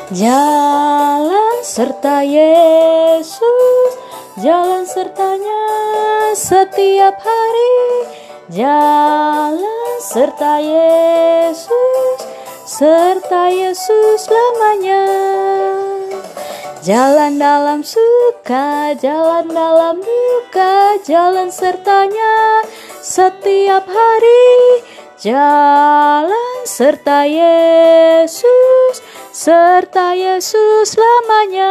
Jalan serta Yesus, jalan sertanya setiap hari. Jalan serta Yesus, serta Yesus lamanya. Jalan dalam suka, jalan dalam duka, jalan sertanya setiap hari. Jalan serta Yesus, serta Yesus lamanya.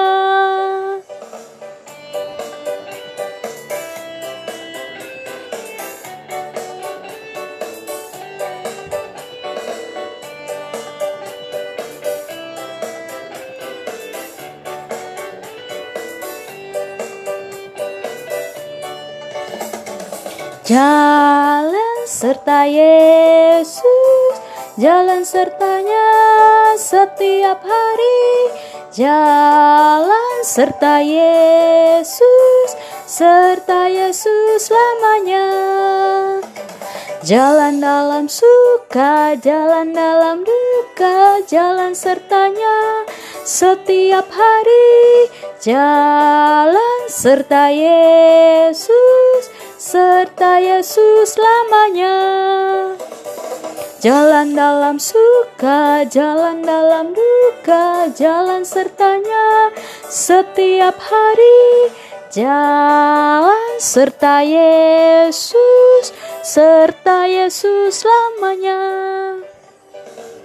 Jalan serta Yesus, jalan sertanya setiap hari. Jalan serta Yesus, serta Yesus lamanya. Jalan dalam suka, jalan dalam duka, jalan sertanya setiap hari. Jalan serta Yesus, serta Yesus lamanya. Jalan dalam suka, jalan dalam duka, jalan sertanya setiap hari. Jalan serta Yesus, serta Yesus lamanya.